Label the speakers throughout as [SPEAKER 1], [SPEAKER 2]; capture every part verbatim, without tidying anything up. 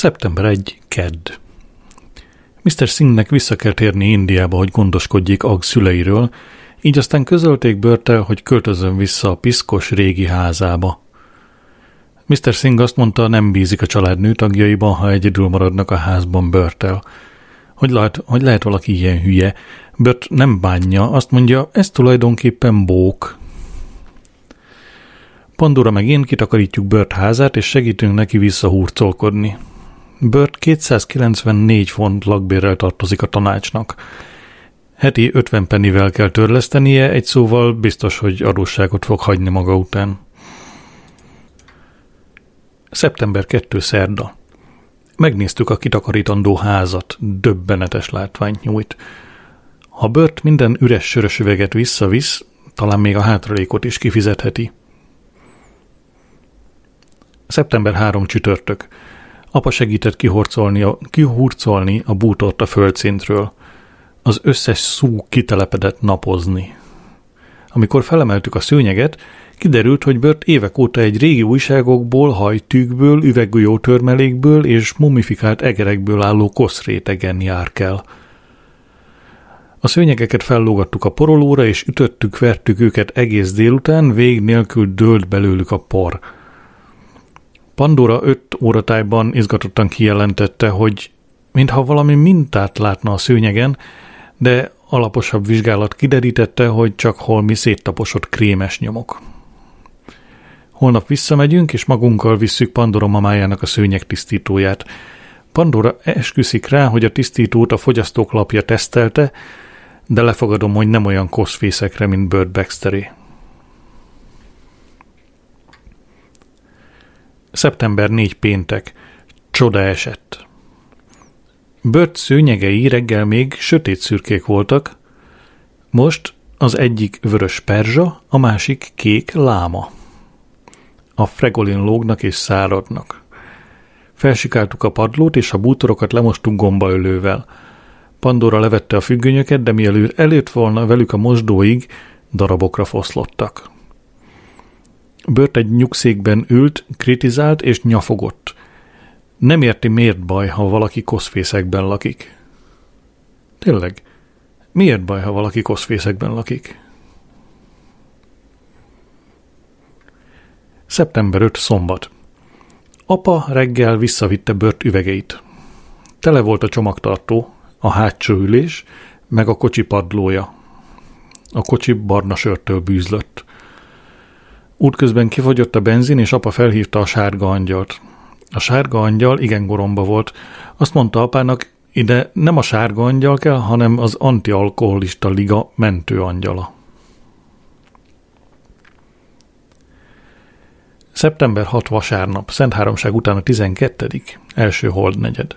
[SPEAKER 1] szeptember elseje, kedd. miszter Singhnek vissza kell térni Indiába, hogy gondoskodjék Agg szüleiről, így aztán közölték Birttel, hogy költözön vissza a piszkos régi házába. miszter Singh azt mondta, nem bízik a család nőtagjaiban, ha egyedül maradnak a házban Birttel. Hogy lehet, hogy lehet valaki ilyen hülye? Bert nem bánja, azt mondja, ez tulajdonképpen bók. Pandora meg én kitakarítjuk Bert házát, és segítünk neki visszahurcolkodni. Bert kétszázkilencvennégy font lakbérrel tartozik a tanácsnak. Heti ötven pennivel kell törlesztenie, egy szóval biztos, hogy adósságot fog hagyni maga után. szeptember kettő szerda. Megnéztük a kitakarítandó házat, döbbenetes látványt nyújt. Ha Bert minden üres sörös üveget visszavisz, talán még a hátralékot is kifizetheti. szeptember harmadika csütörtök. Apa segített kihurcolni a, kihurcolni a bútort a földszintről. Az összes szú kitelepedett napozni. Amikor felemeltük a szőnyeget, kiderült, hogy Bert évek óta egy régi újságokból, hajtűkből, üveggolyó törmelékből és mumifikált egerekből álló koszrétegen járkál. A szőnyegeket fellógattuk a porolóra, és ütöttük, vertük őket egész délután, vég nélkül dőlt belőlük a por. Pandora öt óratájban izgatottan kijelentette, hogy mintha valami mintát látna a szőnyegen, de alaposabb vizsgálat kiderítette, hogy csak holmi széttaposott krémes nyomok. Holnap visszamegyünk, és magunkkal visszük Pandora mamájának a szőnyeg tisztítóját. Pandora esküszik rá, hogy a tisztítót a fogyasztók lapja tesztelte, de lefogadom, hogy nem olyan koszfészekre, mint Bert Baxteré. szeptember negyedike péntek. Csoda esett. Bert szőnyegei reggel még sötét szürkék voltak, most az egyik vörös perzsa, a másik kék láma. A fregolin lógnak és száradnak. Felsikáltuk a padlót, és a bútorokat lemostuk gombaölővel. Pandora levette a függönyöket, de mielőtt előtt volna velük a mosdóig, darabokra foszlottak. Bert egy nyugszékben ült, kritizált és nyafogott. Nem érti, miért baj, ha valaki koszfészekben lakik. Tényleg, miért baj, ha valaki koszfészekben lakik? szeptember ötödike szombat. Apa reggel visszavitte Bert üvegeit. Tele volt a csomagtartó, a hátsó ülés, meg a kocsi padlója. A kocsi barna sörtől bűzlött. Útközben kifogyott a benzin, és apa felhívta a sárga angyalt. A sárga angyal igen goromba volt. Azt mondta apának, ide nem a sárga angyal kell, hanem az antialkoholista liga mentő angyala. szeptember hatodika vasárnap, Szentháromság után a tizenkettedik első holdnegyed.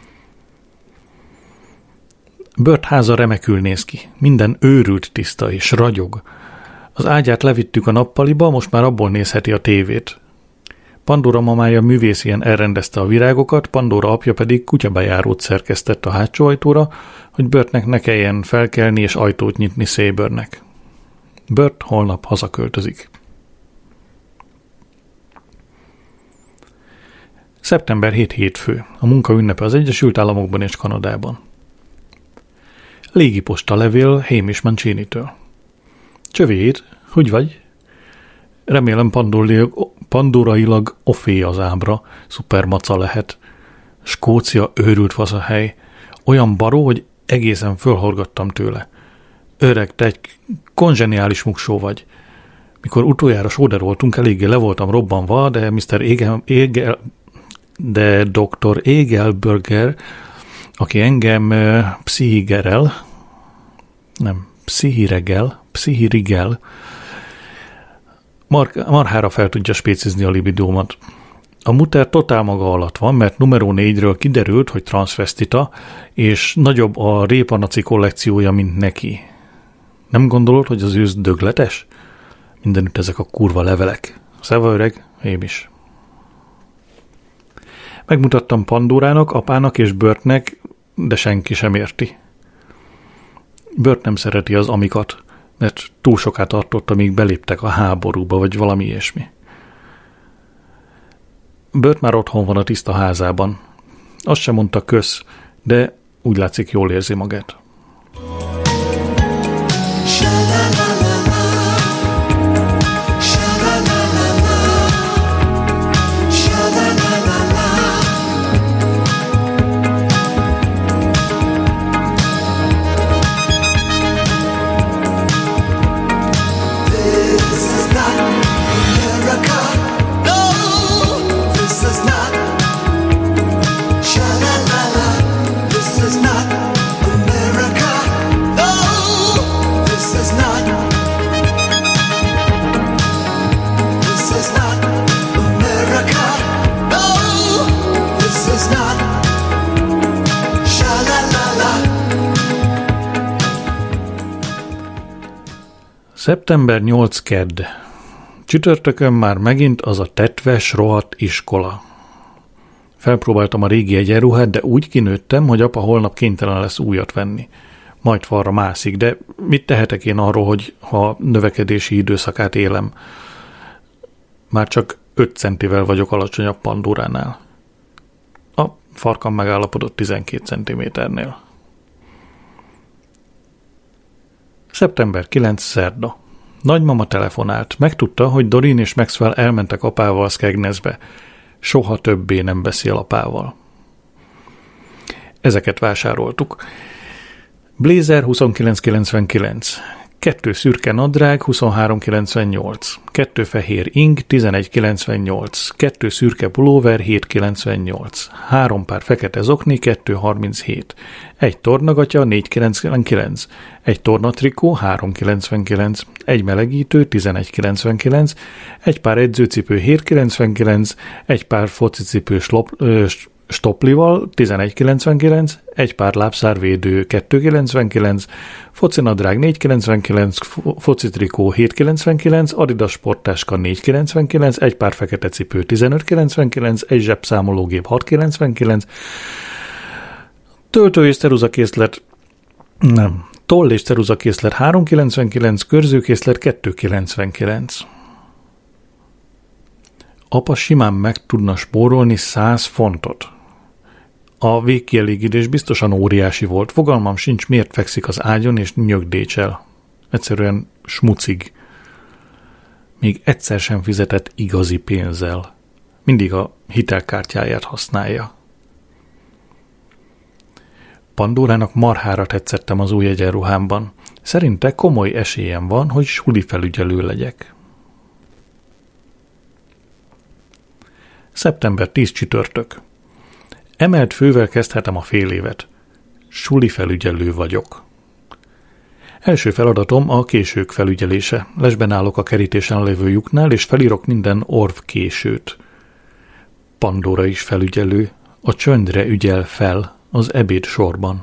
[SPEAKER 1] Bert háza remekül néz ki, minden őrült tiszta és ragyog. Az ágyát levittük a nappaliba, most már abból nézheti a tévét. Pandora mamája művészien elrendezte a virágokat, Pandora apja pedig kutyabejárót szerkesztett a hátsó ajtóra, hogy Bertnek ne kelljen felkelni és ajtót nyitni Sabernek. Bert holnap hazaköltözik. szeptember hetedike hétfő. A munka ünnepe az Egyesült Államokban és Kanadában. Légiposta levél Hamish Mancini-től. Csövét, hogy vagy? Remélem pandorailag ofé az ábra, szuper maca lehet. Skócia őrült faszahely. Olyan baró, hogy egészen fölhorgattam tőle. Öreg, te egy konzseniális muksó vagy. Mikor utoljára sóderoltunk, eléggé le voltam robbanva, de miszter Egel, Egel de doktor Egelberger, aki engem uh, pszichigerel, nem, pszichiregel, pszichirigel, mar, marhára fel tudja spécizni a libidómat. A muter totál maga alatt van, mert numeró négyről kiderült, hogy transzvestita, és nagyobb a répanaci kollekciója, mint neki. Nem gondolod, hogy az ősz dögletes? Mindenütt ezek a kurva levelek. Szeva öreg, én is. Megmutattam Pandorának, apának és Bertnek, de senki sem érti. Bert nem szereti az amikat, mert túl soká tartott, amíg beléptek a háborúba, vagy valami ilyesmi. Bert már otthon van a tiszta házában. Azt sem mondta kösz, de úgy látszik, jól érzi magát. szeptember nyolcadika kedd. Csütörtökön már megint az a tetves, rohadt iskola. Felpróbáltam a régi egyenruhát, de úgy kinőttem, hogy apa holnap kénytelen lesz újat venni. Majd falra mászik, de mit tehetek én arról, hogy ha növekedési időszakát élem? Már csak öt centivel vagyok alacsonyabb Pandóránál. A farkam megállapodott tizenkét centiméternél. szeptember kilencedike szerda. Nagymama telefonált. Megtudta, hogy Dorin és Maxwell elmentek apával Skegnessbe. Soha többé nem beszél apával. Ezeket vásároltuk. Blazer huszonkilenc kilencvenkilenc, kettő szürke nadrág huszonhárom kilencvennyolc, kettő fehér ing tizenegy kilencvennyolc, kettő szürke pulóver hét kilencvennyolc, három pár fekete zokni kettő harminchét, egy tornagatya négy kilencvenkilenc, egy tornatrikó három kilencvenkilenc, egy melegítő tizenegy kilencvenkilenc, egy pár edzőcipő hét kilencvenkilenc, egy pár focicipő slop, ö, stoplival tizenegy kilencvenkilenc, egy pár lábszárvédő kettő kilencvenkilenc, focinadrág négy kilencvenkilenc, focitrikó hét kilencvenkilenc, Adidas sporttáska négy kilencvenkilenc, egy pár fekete cipő tizenöt kilencvenkilenc, egy zsebszámológép hat kilencvenkilenc, töltő és ceruzakészlet nem, toll és ceruzakészlet három kilencvenkilenc, körzőkészlet kettő kilencvenkilenc. Apa simán meg tudna spórolni száz fontot. A végkielégítés biztosan óriási volt. Fogalmam sincs, miért fekszik az ágyon és nyögdécsel. Egyszerűen smucig. Még egyszer sem fizetett igazi pénzzel. Mindig a hitelkártyáját használja. Pandórának marhára tetszettem az új egyenruhámban. Szerinte komoly esélyem van, hogy suli felügyelő legyek. szeptember tízedike csütörtök. Emelt fővel kezdhetem a fél évet. Suli felügyelő vagyok. Első feladatom a késők felügyelése. Lesben állok a kerítésen lévő lyuknál, és felírok minden orv későt. Pandóra is felügyelő, a csöndre ügyel fel az ebéd sorban.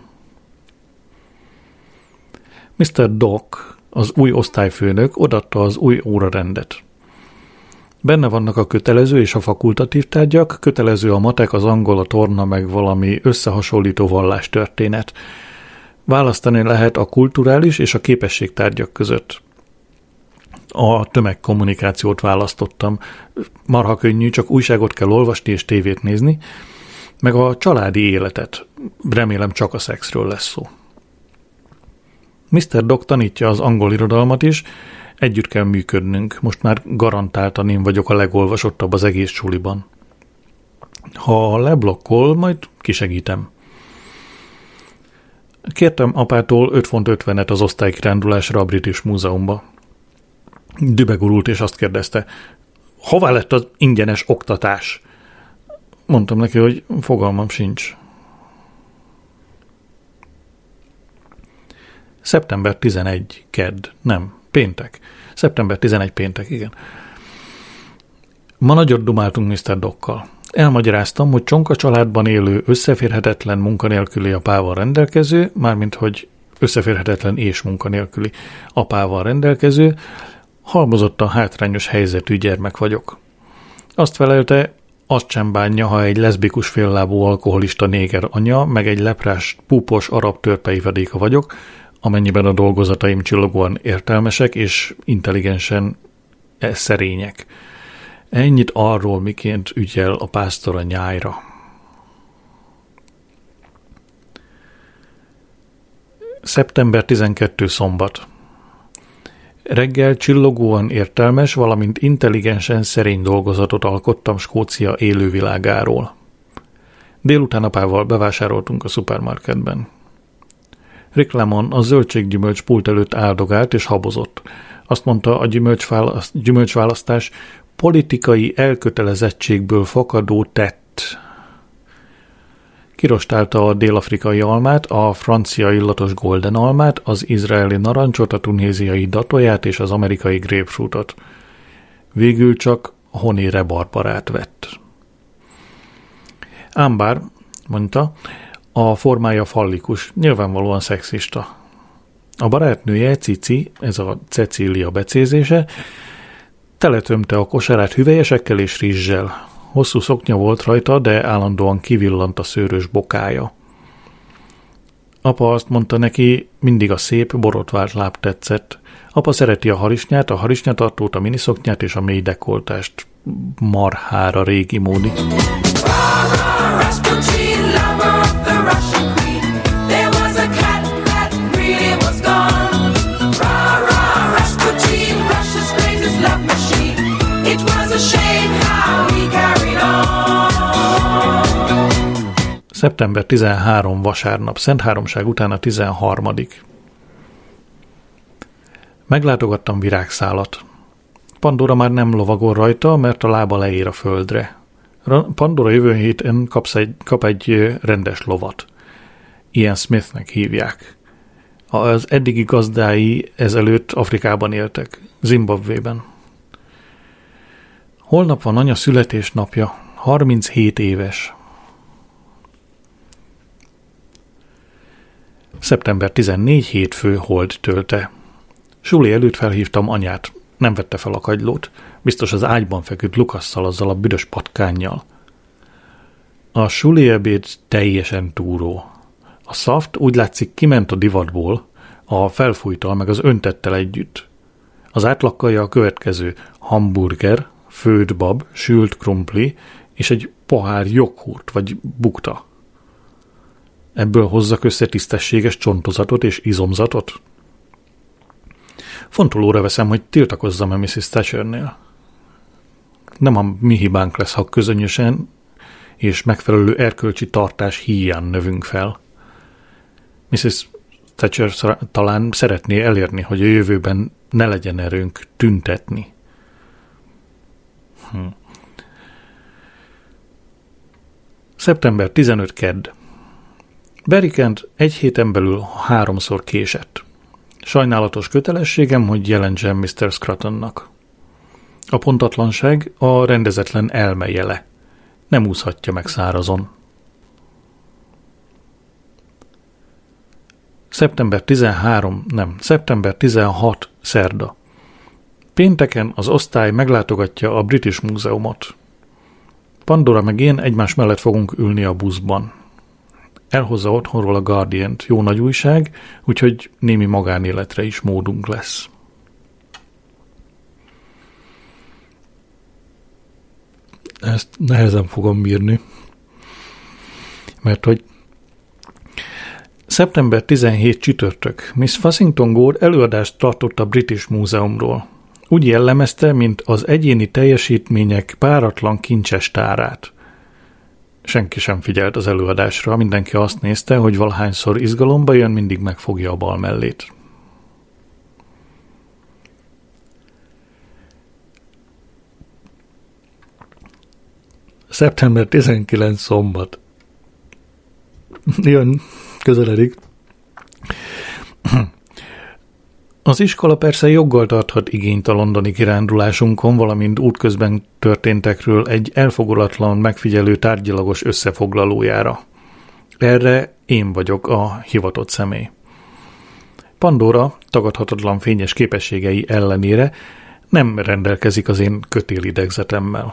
[SPEAKER 1] miszter Doc, az új osztályfőnök odaadta az új órarendet. Benne vannak a kötelező és a fakultatív tárgyak, kötelező a matek, az angol, a torna, meg valami összehasonlító vallástörténet. Választani lehet a kulturális és a képességtárgyak között. A tömegkommunikációt választottam. Marha könnyű, csak újságot kell olvasni és tévét nézni, meg a családi életet. Remélem csak a szexről lesz szó. miszter Doc tanítja az angol irodalmat is, együtt kell működnünk, most már garantáltan én vagyok a legolvasottabb az egész suliban. Ha leblokkol, majd kisegítem. Kértem apától öt font ötvenet az osztálykirándulásra a British Múzeumba. Dübegurult és azt kérdezte, hová lett az ingyenes oktatás? Mondtam neki, hogy fogalmam sincs. szeptember tizenegyedike kedd, nem, péntek. szeptember tizenegyedike péntek, igen. Ma nagyot dumáltunk miszter Dokkal. Elmagyaráztam, hogy Csonka családban élő összeférhetetlen munkanélküli apával rendelkező, mármint hogy összeférhetetlen és munkanélküli apával rendelkező, halmozottan hátrányos helyzetű gyermek vagyok. Azt felelte, azt sem bánja, ha egy leszbikus féllábú alkoholista néger anya, meg egy leprás, púpos arab törpeivedéka vagyok, amennyiben a dolgozataim csillogóan értelmesek és intelligensen szerények. Ennyit arról, miként ügyel a pásztor a nyájra. szeptember tizenkettő szombat. Reggel csillogóan értelmes, valamint intelligensen szerény dolgozatot alkottam Skócia élővilágáról. Délután apával bevásároltunk a szupermarketben. Rick Lemon a zöldséggyümölcs pult előtt áldogált és habozott. Azt mondta, a gyümölcsválaszt, gyümölcsválasztás politikai elkötelezettségből fakadó tett. Kirostálta a dél-afrikai almát, a francia illatos golden almát, az izraeli narancsot, a tunéziai datóját és az amerikai grapefruitot. Végül csak honi rebarbarát vett. Ám bár, mondta, a formája fallikus, nyilvánvalóan szexista. A barátnője, Cici, ez a Cecília becézése, teletömte a kosarát hüvelyesekkel és rizssel. Hosszú szoknya volt rajta, de állandóan kivillant a szőrös bokája. Apa azt mondta neki, mindig a szép, borotvált láb tetszett. Apa szereti a harisnyát, a harisnyatartót, a miniszoknyát és a mély dekoltást. Marhára régi módi. szeptember tizenharmadika vasárnap, Szentháromság után a tizenharmadik Meglátogattam virágszálat. Pandora már nem lovagol rajta, mert a lába leér a földre. Pandora jövő héten kapsz egy, kap egy rendes lovat. Ian Smithnek hívják. Az eddigi gazdái ezelőtt Afrikában éltek, Zimbabvében. Holnap van anya születésnapja, harminchét éves. szeptember tizennegyedike hétfő hold tölte. Suli előtt felhívtam anyát. Nem vette fel a kagylót. Biztos az ágyban feküdt Lukasszal, azzal a büdös patkánnyal. A suli ebéd teljesen túró. A szaft úgy látszik kiment a divatból, a felfújtal meg az öntettel együtt. Az átlagkaja a következő: hamburger, főtt bab, sült krumpli és egy pohár joghurt vagy bukta. Ebből hozzak össze tisztességes csontozatot és izomzatot? Fontolóra veszem, hogy tiltakozzam-e missziz Thatchernél. Nem a mi hibánk lesz, ha közönösen és megfelelő erkölcsi tartás híján növünk fel. missziz Thatcher talán szeretné elérni, hogy a jövőben ne legyen erőnk tüntetni. Hm. szeptember tizenötödike kedd. Berikent egy héten belül háromszor késett. Sajnálatos kötelességem, hogy jelentsem miszter Scruttonnak. A pontatlanság a rendezetlen elme jele. Nem úszhatja meg szárazon. szeptember tizenharmadika nem, szeptember tizenhatodika szerda. Pénteken az osztály meglátogatja a British Múzeumot. Pandora meg én egymás mellett fogunk ülni a buszban. Elhozza otthonról a Guardiant, jó nagy újság, úgyhogy némi magánéletre is módunk lesz. Ezt nehezen fogom bírni, mert hogy szeptember tizenhetedike csütörtök. Miss Fussington Gore előadást tartott a British Múzeumról. Úgy jellemezte, mint az egyéni teljesítmények páratlan kincses tárát. Senki sem figyelt az előadásra, mindenki azt nézte, hogy valahányszor izgalomba jön, mindig megfogja a bal mellét. szeptember tizenkilencedike szombat. Jön, közeledik. Az iskola persze joggal tarthat igényt a londoni kirándulásunkon, valamint útközben történtekről egy elfogulatlan megfigyelő tárgyilagos összefoglalójára. Erre én vagyok a hivatott személy. Pandora tagadhatatlan fényes képességei ellenére nem rendelkezik az én kötélidegzetemmel.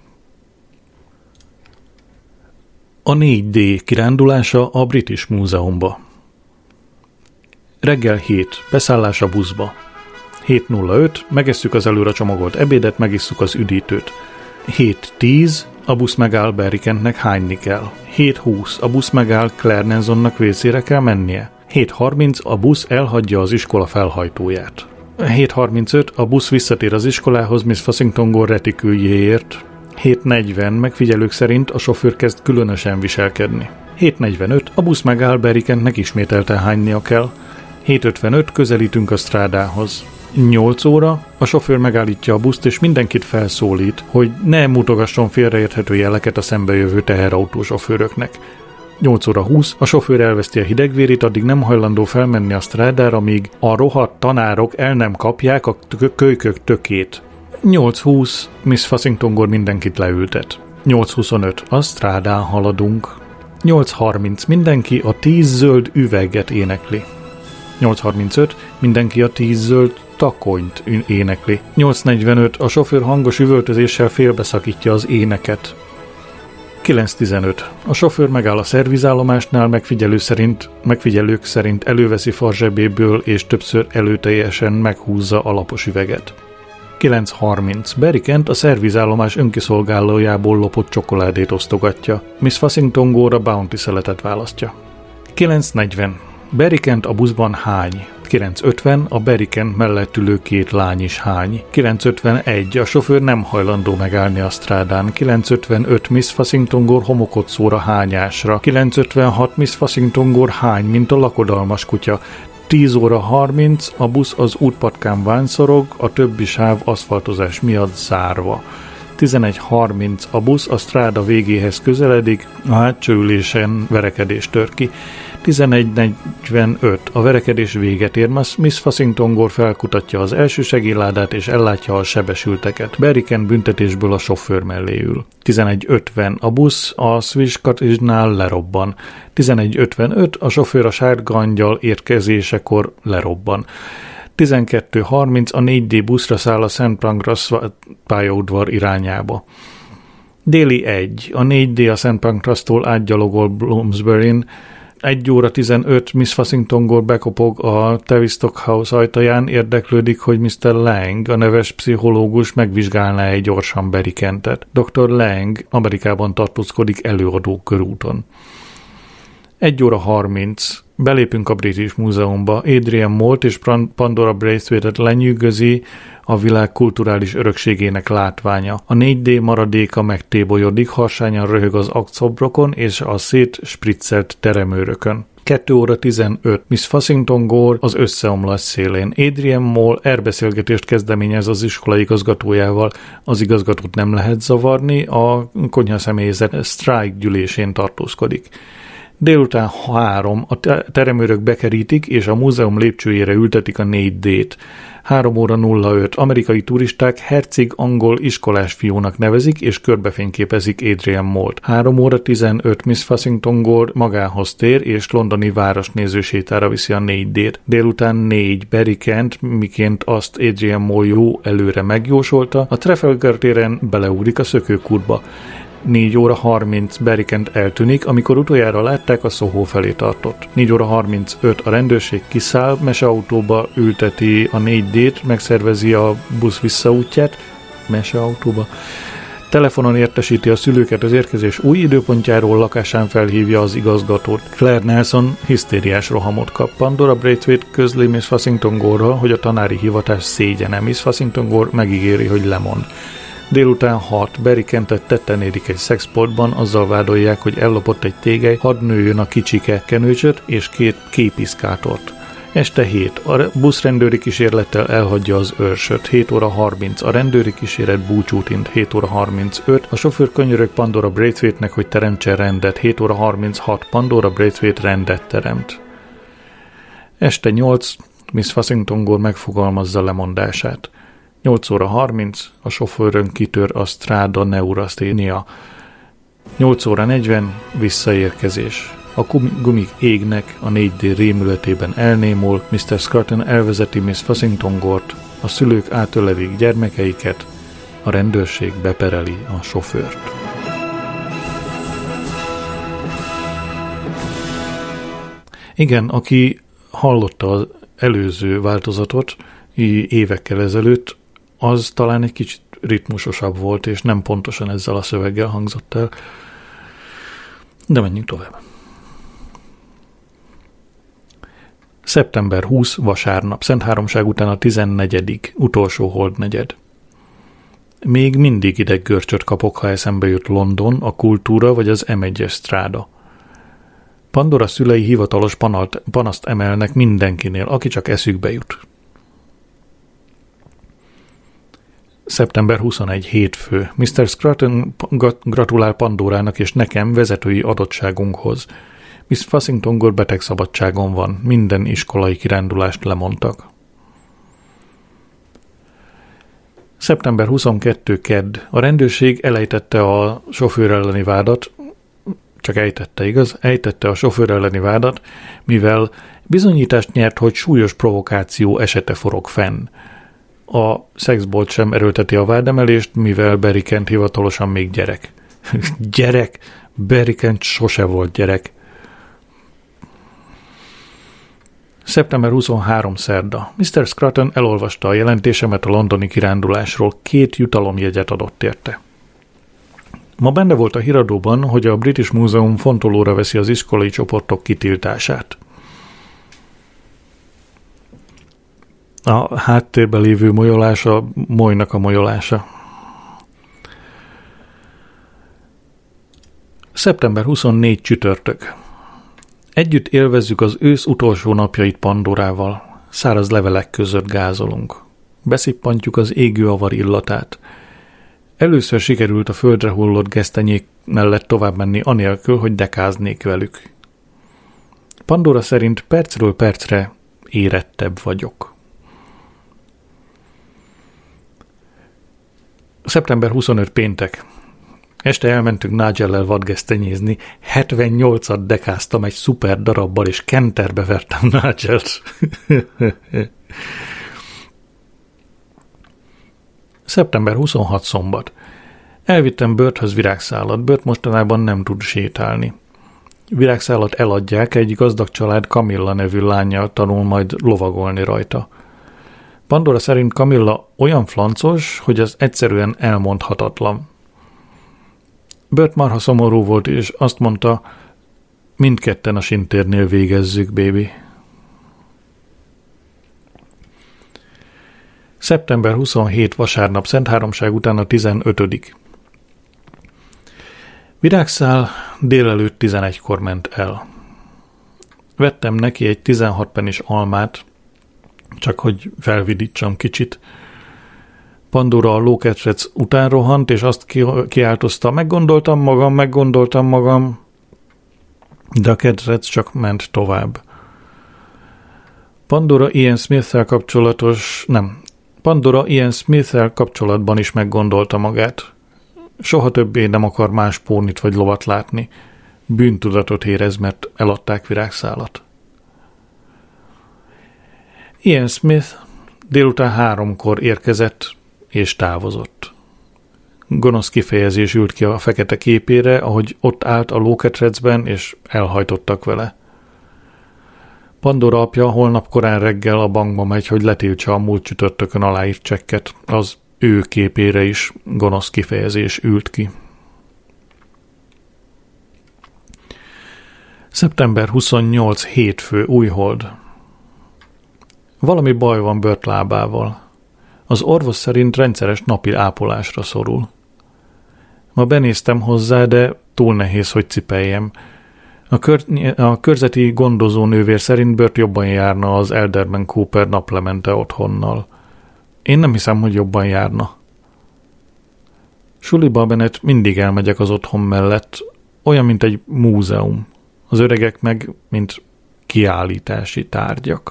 [SPEAKER 1] A négy dé kirándulása a British Múzeumba. Reggel hét, beszállás a buszba. hét nulla öt, megesszük az előre csomagolt ebédet, megisszuk az üdítőt. hét tíz, a busz megáll, Berikentnek hányni kell. hét húsz, a busz megáll, Claire Nelsonnak vécére kell mennie. hét harminc a busz elhagyja az iskola felhajtóját. hét harmincöt a busz visszatér az iskolához Miss Fussington Gore retiküljéért. hét negyven megfigyelők szerint a sofőr kezd különösen viselkedni. hét negyvenöt a busz megáll, Barry Kentnek ismételten hánynia kell. hét ötvenöt közelítünk a strádához. nyolc óra a sofőr megállítja a buszt és mindenkit felszólít, hogy ne mutogasson félreérthető jeleket a szembejövő teherautó-sofőröknek. nyolc óra húsz a sofőr elveszti a hidegvérét, addig nem hajlandó felmenni a strádára, míg a rohadt tanárok el nem kapják a kölykök tökét. nyolc húsz Miss Fussington Gore mindenkit leültet. nyolc huszonöt a strádán haladunk. nyolc harminc mindenki a tíz zöld üveget énekli. nyolc harmincöt mindenki a tíz zöld takonyt énekli. nyolc negyvenöt a sofőr hangos üvöltözéssel félbeszakítja az éneket. kilenc tizenöt a sofőr megáll a szervizállomásnál, megfigyelő szerint, megfigyelők szerint előveszi farzsebéből és többször előteljesen meghúzza a lapos üveget. kilenc harminc Barry Kent a szervizállomás önkiszolgálójából lopott csokoládét osztogatja. Miss Fussington Gore a Bounty szeletet választja. kilenc negyven Barry Kent a buszban hány. kilenc ötven a Barry Kent mellett ülő két lány is hány. kilenc ötvenegy a sofőr nem hajlandó megállni a strádán. kilenc ötvenöt Miss Fussington Gore homokot szór a hányásra. kilenc ötvenhat Miss Fussington Gore hány, mint a lakodalmas kutya. tíz óra harminc a busz az útpatkán ványszorog, a többi sáv aszfaltozás miatt zárva. tizenegy harminc a busz a stráda végéhez közeledik, a hátsó ülésen verekedés tör ki. tizenegy negyvenöt a verekedés véget ér, Miss Fussington Gore felkutatja az első segélyládát és ellátja a sebesülteket. Barry Kent büntetésből a sofőr mellé ül. tizenegy ötven a busz a Swiss Cottage-nál lerobban. tizenegy ötvenöt a sofőr a sárga angyal érkezésekor lerobban. tizenkettő harminc a négy dé buszra száll a Szent Pancras pályaudvar irányába. Déli egy a négy dé a Szent Pancrastól átgyalogol Bloomsburyn. egy óra tizenöt Miss Fussington Gore bekopog a Tavistock House ajtaján, érdeklődik, hogy miszter Lang, a neves pszichológus megvizsgálná-e gyorsan Barry Kentet. doktor Lang Amerikában tartózkodik előadó körúton. egy óra harminc belépünk a British Múzeumba. Adrian Moult és Pandora Braithwaite-et lenyűgözi a világ kulturális örökségének látványa. A négy dé maradéka megtébolyodik, harsányan röhög az aktszobrokon és a szétspriccelt teremőrökön. kettő óra tizenöt Miss Fussington Gore az összeomlás szélén. Adrian Moult erbeszélgetést kezdeményez az iskola igazgatójával. Az igazgatót nem lehet zavarni, a konyha személyzet sztrájk gyűlésén tartózkodik. Délután három a teremőrök bekerítik, és a múzeum lépcsőjére ültetik a négy dét. három óra nulla öt amerikai turisták herceg angol iskolás fiúnak nevezik, és körbefényképezik Adrian Moult. három óra tizenöt Miss Fussington Gore magához tér, és londoni városnéző sétára viszi a négy dét. Délután négy Barry Kent, miként azt Adrian Moult jó előre megjósolta, a Trafalgar téren beleugrik a szökőkútba. négy óra harminc Barry Kent eltűnik, amikor utoljára látták, a Soho felé tartott. négy óra harmincöt a rendőrség kiszáll, meseautóba ülteti a négy dét, megszervezi a busz visszaútját, meseautóba. Telefonon értesíti a szülőket az érkezés új időpontjáról, lakásán felhívja az igazgatót. Claire Nelson hisztériás rohamot kap. Pandora Braithwaite közli Miss Fussington Gore-ral, hogy a tanári hivatás szégyene. Miss Fussington Gore megígéri, hogy lemond. Délután hat Barry Kentet tetten érik egy szexportban, azzal vádolják, hogy ellopott egy tégely, hadd nőjön a kicsike kenőcsöt és két képiszkátort. Este hét a buszrendőri kísérlettel elhagyja az őrsöt. hét óra harminc a rendőri kíséret búcsút int. hét óra harmincöt a sofőr könyörög Pandora Braithwaite-nek, hogy teremtsen rendet. hét óra harminchat Pandora Braithwaite rendet teremt. Este nyolc Miss Fussington Gore megfogalmazza lemondását. nyolc óra harminc a sofőrön kitör a Strada Neurasthenia. nyolc óra negyven visszaérkezés. A gumik égnek, a négy dé rémületében elnémul, miszter Scruton elvezeti Miss Fussington Gore-t, a szülők átölelik gyermekeiket, a rendőrség bepereli a sofőrt. Igen, aki hallotta az előző változatot évekkel ezelőtt, az talán egy kicsit ritmusosabb volt, és nem pontosan ezzel a szöveggel hangzott el. De menjünk tovább. szeptember huszadika vasárnap, Szentháromság után a tizennegyedik utolsó holdnegyed. Még mindig ideggörcsöt kapok, ha eszembe jut London, a kultúra vagy az em egyes stráda. Pandora szülei hivatalos panalt, panaszt emelnek mindenkinél, aki csak eszükbe jut. szeptember huszonegyedike hétfő. miszter Scruton gratulál Pandorának és nekem vezetői adottságunkhoz. miss Fussington betegszabadságon van, minden iskolai kirándulást lemondtak. szeptember huszonkettedike kedd. A rendőrség elejtette a sofőr elleni vádat, csak ejtette, igaz? Ejtette a sofőr elleni vádat, mivel bizonyítást nyert, hogy súlyos provokáció esete forog fenn. A szexbolt sem erőlteti a vádemelést, mivel Barry Kent hivatalosan még gyerek. Gyerek? Barry Kent sose volt gyerek. szeptember huszonharmadika szerda. miszter Scruton elolvasta a jelentésemet a londoni kirándulásról, két jutalomjegyet adott érte. Ma benne volt a híradóban, hogy a British Museum fontolóra veszi az iskolai csoportok kitiltását. A háttérben lévő molyolása Molynak a molyolása. szeptember huszonnegyedike csütörtök. Együtt élvezzük az ősz utolsó napjait Pandorával. Száraz levelek között gázolunk. Beszippantjuk az égő avar illatát. Először sikerült a földre hullott gesztenyék mellett tovább menni anélkül, hogy dekáznék velük. Pandora szerint percről percre érettebb vagyok. szeptember huszonötödike péntek. Este elmentünk Nigellel vadgesztenyézni, hetvennyolcat dekáztam egy szuper darabbal, és kenterbe vertem Nigelt. szeptember huszonhatodika szombat. Elvittem Berthöz virágszálat. Bert mostanában nem tud sétálni. Virágszálat eladják, egy gazdag család Camilla nevű lánnyal tanul majd lovagolni rajta. Pandora szerint Camilla olyan flancos, hogy ez egyszerűen elmondhatatlan. Bert marha szomorú volt, és azt mondta, mindketten a sintérnél végezzük, baby. szeptember huszonhetedike vasárnap, Szentháromság után a tizenötödik. Virágszál délelőtt tizenegykor ment el. Vettem neki egy tizenhat pennis almát, csak hogy felvidítsam kicsit. Pandora a lóketrec után rohant, és azt kiáltozta, meggondoltam magam, meggondoltam magam, de a ketrec csak ment tovább. Pandora Ian Smith-tel kapcsolatos, nem, Pandora Ian Smith-tel kapcsolatban is meggondolta magát. Soha többé nem akar más pónit vagy lovat látni. Bűntudatot érez, mert eladták virágszálat. Ian Smith délután háromkor érkezett és távozott. Gonosz kifejezés ült ki a fekete képére, ahogy ott állt a lóketrecben, és elhajtottak vele. Pandora apja holnap korán reggel a bankba megy, hogy letiltsa a múlt csütörtökön aláírt csekket. Az ő képére is gonosz kifejezés ült ki. szeptember huszonnyolcadika hétfő, újhold. Valami baj van Bert lábával. Az orvos szerint rendszeres napi ápolásra szorul. Ma benéztem hozzá, de túl nehéz, hogy cipeljem. A, kör- a körzeti gondozó nővér szerint Bert jobban járna az Alderman Cooper naplemente otthonnal. Én nem hiszem, hogy jobban járna. Suliba Bennett mindig elmegyek az otthon mellett, olyan, mint egy múzeum. Az öregek meg, mint kiállítási tárgyak.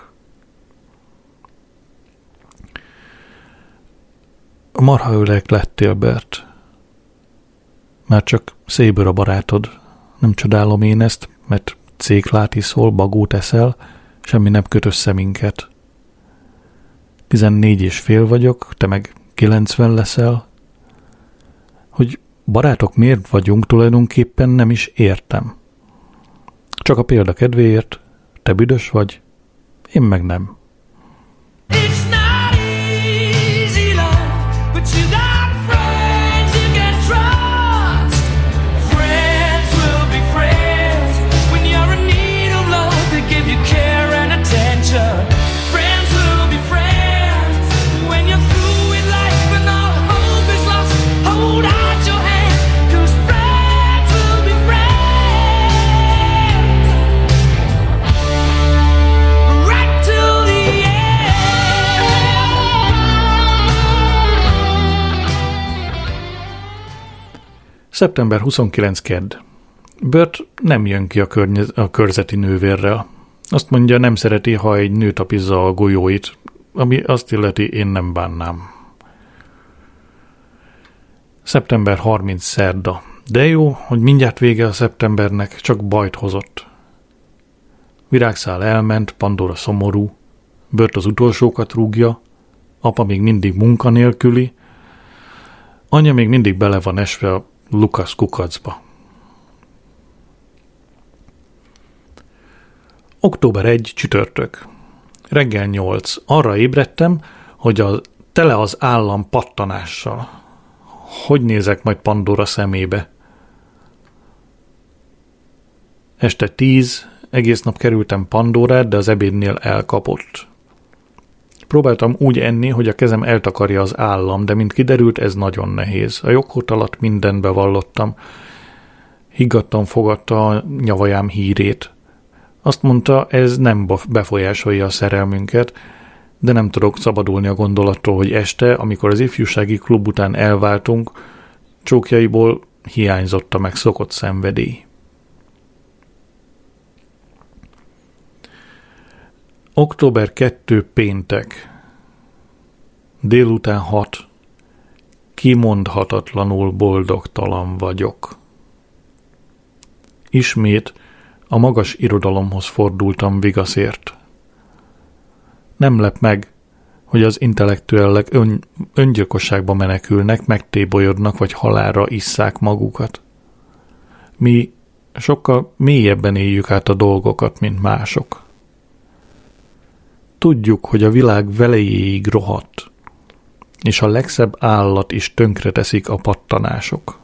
[SPEAKER 1] Marha öreg lettél, Bert. Már csak Saber a barátod. Nem csodálom én ezt, mert céklát iszol, bagót eszel, semmi nem köt össze minket. Tizennégy és fél vagyok, te meg kilencven leszel. Hogy barátok miért vagyunk, tulajdonképpen nem is értem. Csak a példa kedvéért, te büdös vagy, én meg nem. szeptember huszonkilencedike kedd. Bert nem jön ki a, környez- a körzeti nővérrel. Azt mondja, nem szereti, ha egy nő tapizza a golyóit, ami azt illeti, én nem bánnám. szeptember harmincedike szerda. De jó, hogy mindjárt vége a szeptembernek, csak bajt hozott. Virágszál elment, Pandora szomorú, Bert az utolsókat rúgja, apa még mindig munkanélküli, anya még mindig bele van esve a Lukasz kukacba. október elsejé csütörtök. Reggel nyolc. Arra ébredtem, hogy a, tele az állam pattanással. Hogy nézek majd Pandora szemébe? Este tíz. Egész nap kerültem Pandorát, de az ebédnél elkapott. Próbáltam úgy enni, hogy a kezem eltakarja az állam, de mint kiderült, ez nagyon nehéz. A joghurt alatt mindent bevallottam. Higgadtan fogadta a nyavajám hírét. Azt mondta, ez nem befolyásolja a szerelmünket, de nem tudok szabadulni a gondolattól, hogy este, amikor az ifjúsági klub után elváltunk, csókjaiból hiányzott a megszokott szenvedély. október kettő péntek. Délután hat. Kimondhatatlanul boldogtalan vagyok. Ismét a magas irodalomhoz fordultam vigaszért. Nem lep meg, hogy az intellektuellek ön, öngyilkosságba menekülnek, megtébolyodnak vagy halálra isszák magukat. Mi sokkal mélyebben éljük át a dolgokat, mint mások. Tudjuk, hogy a világ velejéig rohadt, és a legszebb állat is tönkreteszik a pattanások.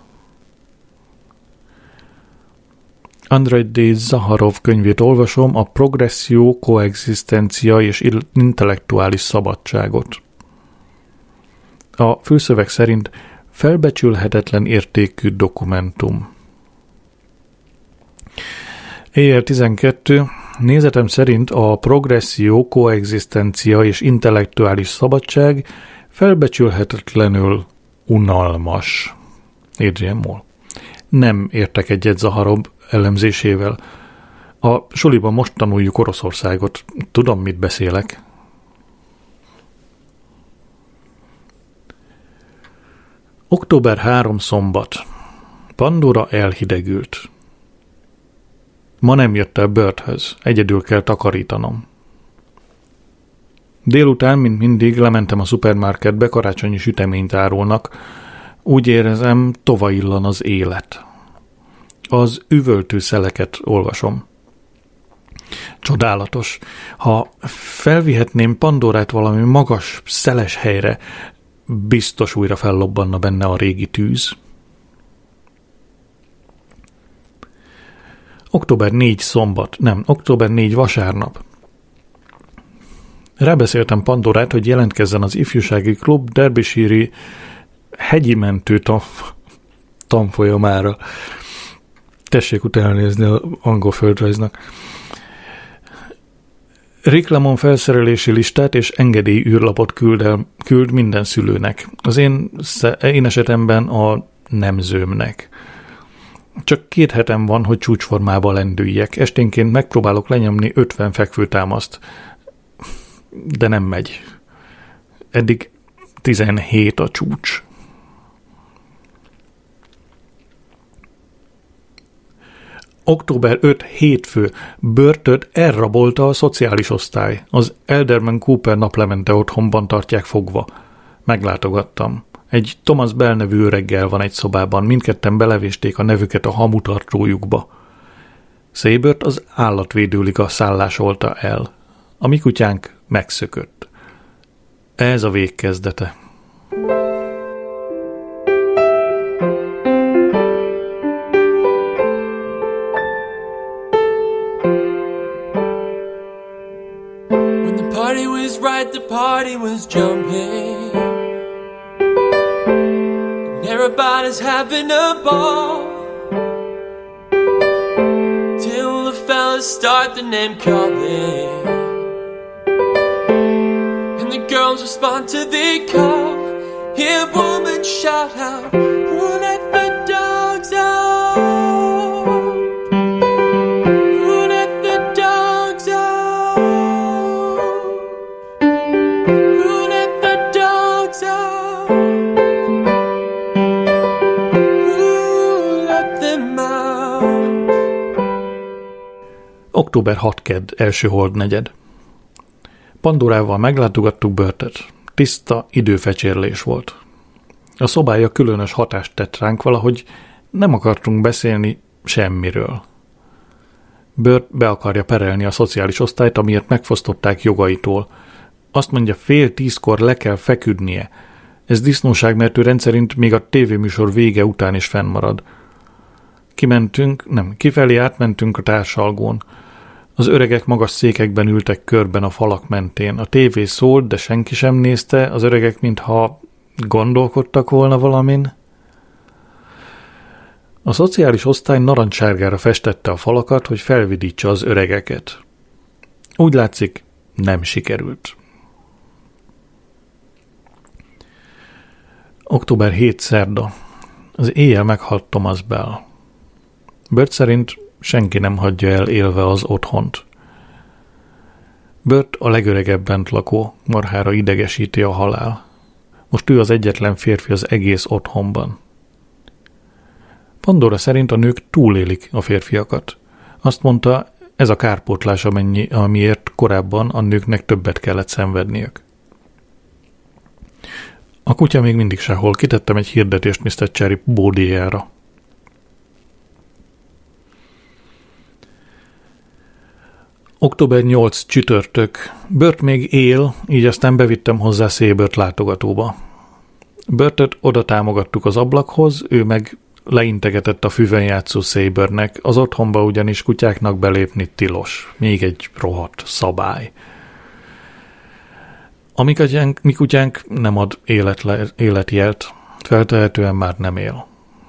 [SPEAKER 1] Andrei D. Zaharov könyvét olvasom, a progresszió, koexisztencia és intellektuális szabadságot. A főszöveg szerint felbecsülhetetlen értékű dokumentum. éjjel tizenkettő. Nézetem szerint a progresszió, koexisztencia és intellektuális szabadság felbecsülhetetlenül unalmas. Adrian Moll. Nem értek egyet Zaharov elemzésével. A suliban most tanuljuk Oroszországot. Tudom, mit beszélek. október harmadika szombat. Pandora elhidegült. Ma nem jött el Berthöz. Egyedül kell takarítanom. Délután, mint mindig, lementem a szupermarketbe, karácsonyi süteményt árulnak. Úgy érzem, tovaillan az élet. Az üvöltő szeleket olvasom. Csodálatos. Ha felvihetném Pandorát valami magas, szeles helyre, biztos újra fellobbanna benne a régi tűz. október negyedike szombat, nem, október negyedike vasárnap. Rábeszéltem Pandorát, hogy jelentkezzen az ifjúsági klub Derbyshire-i hegyi mentő tanf- tanfolyamára. Tessék utána nézni az angol földrajznak. Reklamon felszerelési listát és engedély űrlapot küld, el, küld minden szülőnek. Az én, én esetemben a nemzőmnek. Csak két hetem van, hogy csúcsformába lendüljek. Esténként megpróbálok lenyomni ötven fekvőtámaszt, de nem megy. Eddig tizenhét a csúcs. október ötödike hétfő. Bertöt elrabolta a szociális osztály. Az Alderman Cooper naplemente otthonban tartják fogva. Meglátogattam. Egy Thomas Bell nevű öreggel van egy szobában. Mindketten belevésték a nevüket a hamutartójukba. Sabert az állatvédőliga szállásolta el. A mi kutyánk megszökött. Ez a végkezdete.
[SPEAKER 2] When the party was right, the party was jumping. And everybody's having a ball. Till the fellas start the name calling. The girls respond to the call. Hear women shout out, who let the dogs
[SPEAKER 1] október hatodika kedd, első holdnegyed. Pandorával meglátogattuk Birdet. Tiszta időfecsérlés volt. A szobája különös hatást tett ránk, valahogy nem akartunk beszélni semmiről. Bert be akarja perelni a szociális osztályt, amiért megfosztották jogaitól. Azt mondja, fél tízkor le kell feküdnie. Ez disznóság, mert ő rendszerint még a tévéműsor vége után is fennmarad. Kimentünk, nem, kifelé átmentünk a társalgón. Az öregek magas székekben ültek körben a falak mentén. A tévé szólt, de senki sem nézte, az öregek mintha gondolkodtak volna valamin. A szociális osztály narancssárgára festette a falakat, hogy felvidítsa az öregeket. Úgy látszik, nem sikerült. október hetedike szerda. Az éjjel meghalt Thomas Bell. Bert szerint senki nem hagyja el élve az otthont. Bert a legöregebb bent lakó, marhára idegesíti a halál. Most ő az egyetlen férfi az egész otthonban. Pandora szerint a nők túlélik a férfiakat. Azt mondta, ez a kárpótlás, amennyi, amiért korábban a nőknek többet kellett szenvedniük. A kutya még mindig sehol. Kitettem egy hirdetést miszter Cherry bódéjára. október nyolcadika csütörtök. Bert még él, így aztán bevittem hozzá Seabird látogatóba. Bertet oda támogattuk az ablakhoz, ő meg leintegetett a füven játszó Seabirdnek, az otthonba ugyanis kutyáknak belépni tilos. Még egy rohadt szabály. A mi kutyánk, mi kutyánk nem ad életle, életjelt, feltehetően már nem él.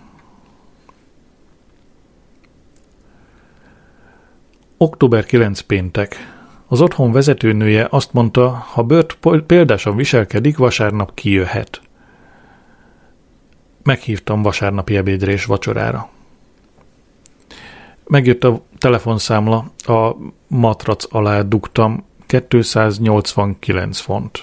[SPEAKER 1] október kilencedike péntek. Az otthon vezetőnője azt mondta, ha Bert példásan viselkedik, vasárnap kijöhet. Meghívtam vasárnapi ebédre és vacsorára. Megjött a telefonszámla, a matrac alá dugtam, kétszáznyolcvankilenc font.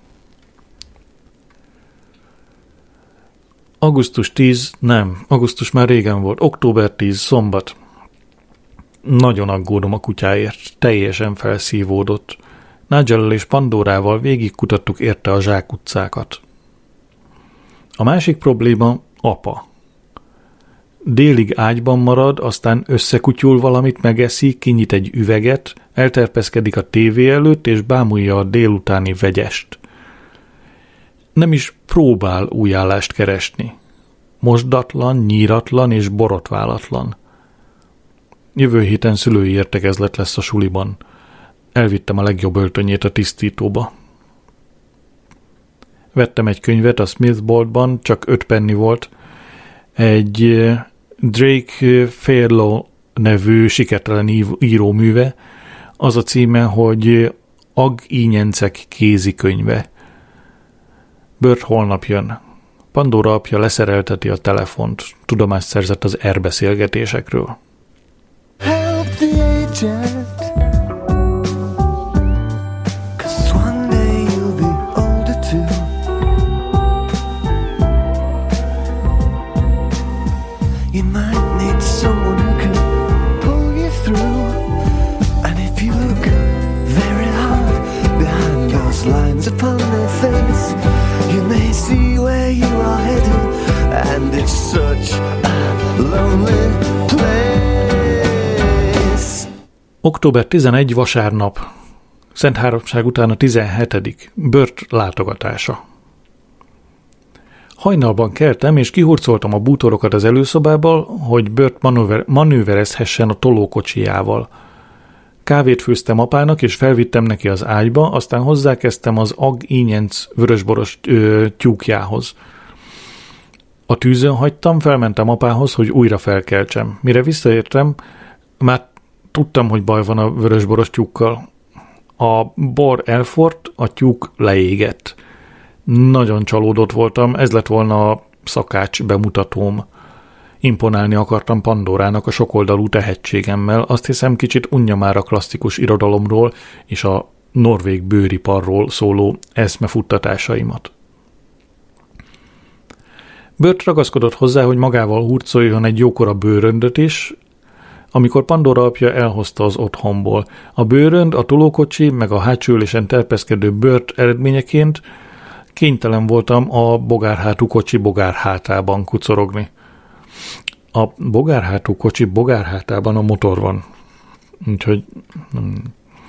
[SPEAKER 1] augusztus tíz, nem, augusztus már régen volt, október tíz, szombat. Nagyon aggódom a kutyáért, teljesen felszívódott. Nigellel és Pandorával végigkutattuk érte a zsákutcákat. A másik probléma apa. Délig ágyban marad, aztán összekutyul valamit, megeszi, kinyit egy üveget, elterpeszkedik a tévé előtt, és bámulja a délutáni vegyest. Nem is próbál új állást keresni. Mosdatlan, nyíratlan és borotválatlan. Jövő héten szülői értekezlet lesz a suliban. Elvittem a legjobb öltönyét a tisztítóba. Vettem egy könyvet a Smith boltban, csak öt penny volt. Egy Drake Fairlaw nevű sikertelen íróműve. Az a címe, hogy Ag Ínyencek kézikönyve. Bert holnap jön. Pandora apja leszerelteti a telefont. Tudomást szerzett az erbeszélgetésekről.
[SPEAKER 3] Help the agent, 'cause one day you'll be older too. You might need someone who can pull you through. And if you look very hard behind those lines upon their face, you may see where you are headed. And it's such a lonely place.
[SPEAKER 1] október tizenegy vasárnap. Szentháromság után a tizenhetedik Bert látogatása. Hajnalban keltem, és kihurcoltam a bútorokat az előszobából, hogy Bert manőver, manőverezhessen a tolókocsijával. Kávét főztem apának, és felvittem neki az ágyba, aztán hozzákezdtem az Ag Ínyenc vörösboros ö, tyúkjához. A tűzön hagytam, felmentem apához, hogy újra felkeltsem. Mire visszaértem, már tudtam, hogy baj van a vörösboros tyúkkal. A bor elforrt, a tyúk leégett. Nagyon csalódott voltam, ez lett volna a szakács bemutatóm. Imponálni akartam Pandorának a sokoldalú tehetségemmel, azt hiszem kicsit unja már a klasszikus irodalomról és a norvég bőriparról szóló eszmefuttatásaimat. Bert ragaszkodott hozzá, hogy magával hurcoljon egy jókora bőröndöt is, amikor Pandora apja elhozta az otthonból. A bőrönd, a tolókocsi, meg a hátsó ülésen terpeszkedő bőrt eredményeként kénytelen voltam a bogárhátú kocsi bogárhátában kucorogni. A bogárhátú kocsi bogárhátában a motor van. Úgyhogy... Hmm.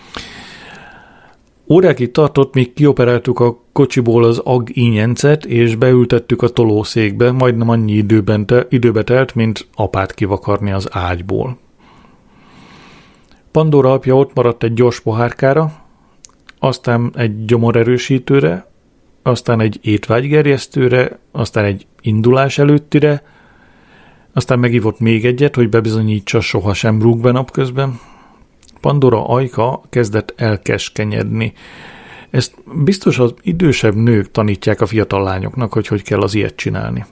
[SPEAKER 1] Órákig tartott, míg kioperáltuk a kocsiból az ag-ínyencet, és beültettük a tolószékbe, majdnem annyi időben te, időbe telt, mint apát kivakarni az ágyból. Pandora apja ott maradt egy gyors pohárkára, aztán egy gyomorerősítőre, aztán egy étvágygerjesztőre, aztán egy indulás előttire, aztán megivott még egyet, hogy bebizonyítsa, sohasem rúg be napközben. Pandora ajka kezdett elkeskenyedni. Ezt biztos az idősebb nők tanítják a fiatal lányoknak, hogy hogy kell az ilyet csinálni.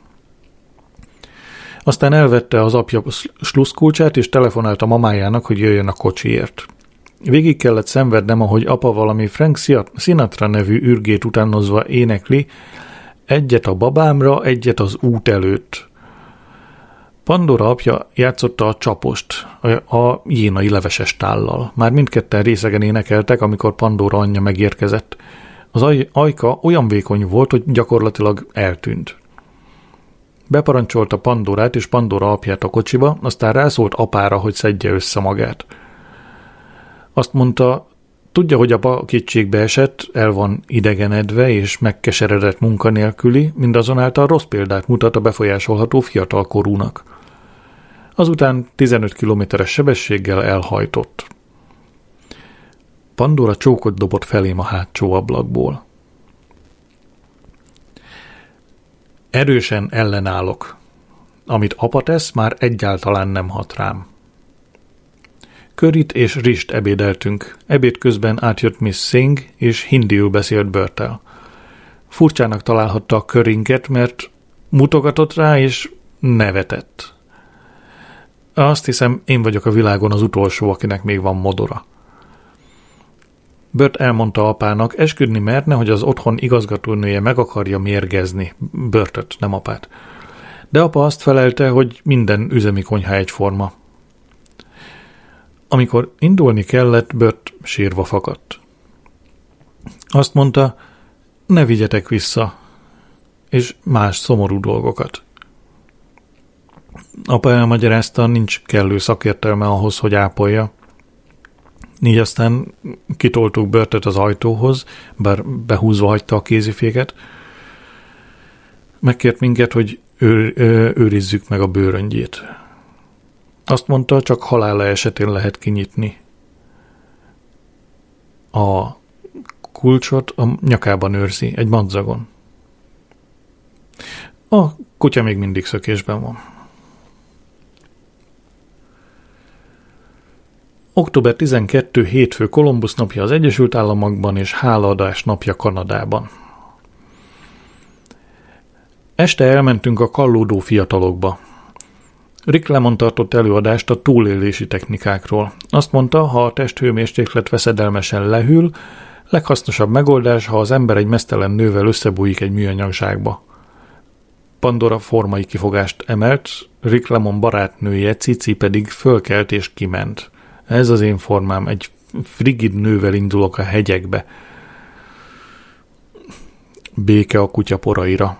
[SPEAKER 1] Aztán elvette az apja sluszkulcsát, és telefonált a mamájának, hogy jöjjön a kocsiért. Végig kellett szenvednem, ahogy apa valami Frank Sinatra nevű ürgét utánozva énekli, egyet a babámra, egyet az út előtt. Pandora apja játszotta a csapost, a, a jénai leveses tállal. Már mindketten részegen énekeltek, amikor Pandora anyja megérkezett. Az aj, ajka olyan vékony volt, hogy gyakorlatilag eltűnt. Beparancsolta Pandorát és Pandora apját a kocsiba, aztán rászólt apára, hogy szedje össze magát. Azt mondta, tudja, hogy apa kétségbe esett, el van idegenedve és megkeseredett munkanélküli, mindazonáltal rossz példát mutat a befolyásolható fiatalkorúnak. Azután tizenöt kilométeres sebességgel elhajtott. Pandora csókot dobott felém a hátsó ablakból. Erősen ellenállok. Amit apa tesz, már egyáltalán nem hat rám. Körit és rist ebédeltünk. Ebéd közben átjött Miss Singh, és hindiül beszélt Berttel. Furcsának találhatta a körinket, mert mutogatott rá, és nevetett. Azt hiszem, én vagyok a világon az utolsó, akinek még van modora. Bert elmondta apának, esküdni merne, hogy az otthon igazgatónője meg akarja mérgezni. Bertet, nem apát. De apa azt felelte, hogy minden üzemi konyha egyforma. Amikor indulni kellett, Bert sírva fakadt. Azt mondta, ne vigyetek vissza, és más szomorú dolgokat. Apa elmagyarázta, nincs kellő szakértelme ahhoz, hogy ápolja. Így aztán kitoltuk Bertet az ajtóhoz, bár behúzva hagyta a kéziféket. Megkért minket, hogy őr, őrizzük meg a bőröngyét. Azt mondta, csak halála esetén lehet kinyitni. A kulcsot a nyakában őrzi, egy madzagon. A kutya még mindig szökésben van. október tizenkettedike hétfő Kolumbusz napja az Egyesült Államokban és hálaadás napja Kanadában. Este elmentünk a kallódó fiatalokba. Rick Lemon tartott előadást a túlélési technikákról. Azt mondta, ha a testhőmérséklet veszedelmesen lehűl, leghasznosabb megoldás, ha az ember egy meztelen nővel összebújik egy műanyag zsákba. Pandora formai kifogást emelt, Rick Lemon barátnője Cici pedig fölkelt és kiment. Ez az én formám, egy frigid nővel indulok a hegyekbe. Béke a kutya poraira.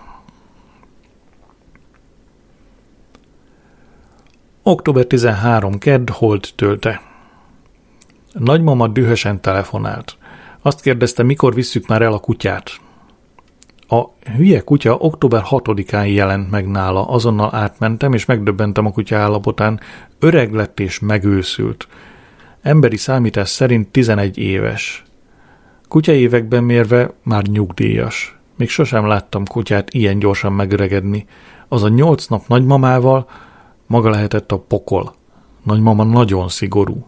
[SPEAKER 1] október tizenharmadika kedd holt tölte. Nagymama dühösen telefonált. Azt kérdezte, mikor visszük már el a kutyát. A hülye kutya október hatodikán jelent meg nála, azonnal átmentem, és megdöbbentem a kutya állapotán. Öreg lett és megőszült. Emberi számítás szerint tizenegy éves. Kutya években mérve már nyugdíjas. Még sosem láttam kutyát ilyen gyorsan megöregedni. Az a nyolc nap nagymamával maga lehetett a pokol. Nagymama nagyon szigorú.